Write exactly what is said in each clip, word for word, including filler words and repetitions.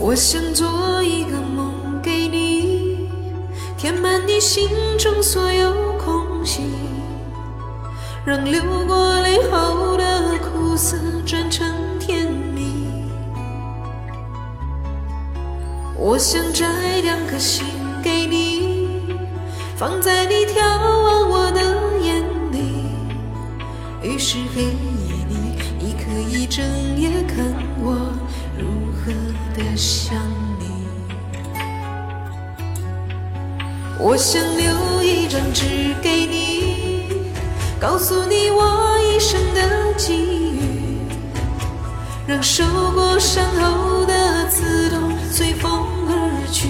我想做一个梦给你，填满你心中所有空隙，让流过泪后的苦涩转成甜蜜。我想摘两颗心给你，放在你眺望我的眼里，于是黑夜里你可以睁眼看我如何的想你。我想留一张纸给你，告诉你我一生的际遇，让受过伤后的刺痛随风而去。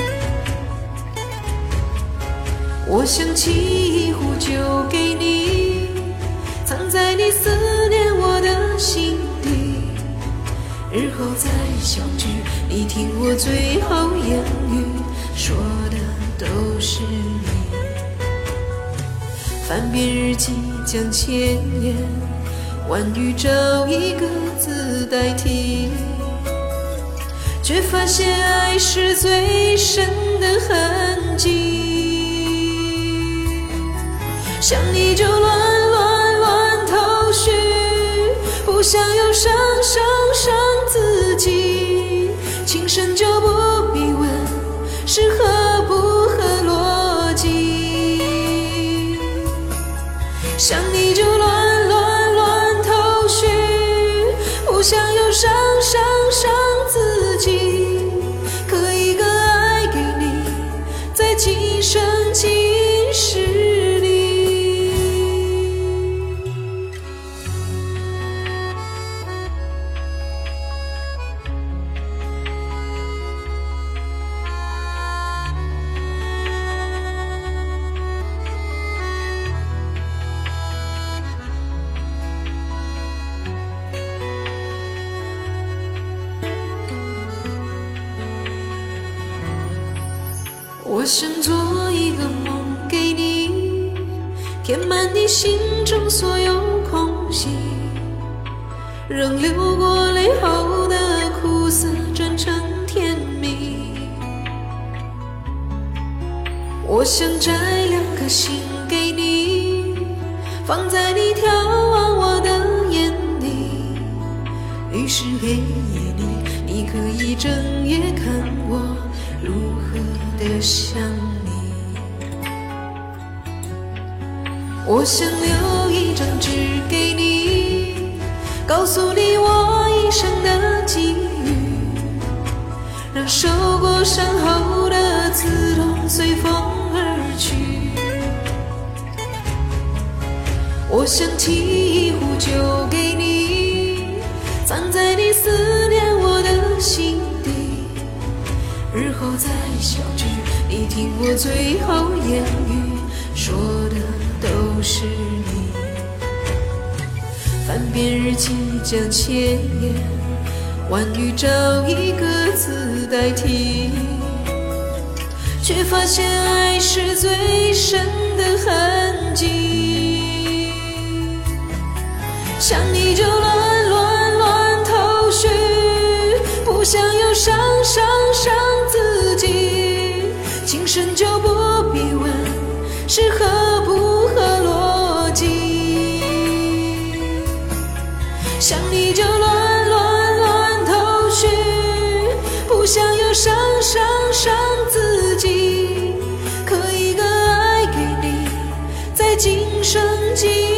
我想沏一壶酒给你，藏在你思念我的心底，日后再相聚，你听我最后言语，说的都是你。翻遍日记将千言万语找一个字代替，却发现爱是最深的痕迹。想你就乱乱乱头绪，不想又伤伤伤自己，情深就不必问是合不合逻辑。想你就乱乱乱头绪，不想又伤伤伤自己，刻一个爱给你，在今生今世里。我想做一个梦给你，填满你心中所有空隙，让流过泪后的苦涩转成甜蜜。我想摘两颗心给你，放在你眺望我的眼里，于是黑夜里你可以睁眼看我如何的想你。我想留一张纸给你，告诉你我一生的际遇，让受过伤后的刺痛随风而去。我想沏一壶酒给你，藏在你思念我的心底，日后再相聚，你听我最后言语，说的都是你。翻遍日记将千言万语找一个字代替，却发现爱是最深的痕迹。想你就乱乱乱头绪，不想又伤伤伤自己，情深就不必问是合不合逻辑。想你就乱乱乱头绪，不想又伤伤伤自己，刻一个爱给你，在今生今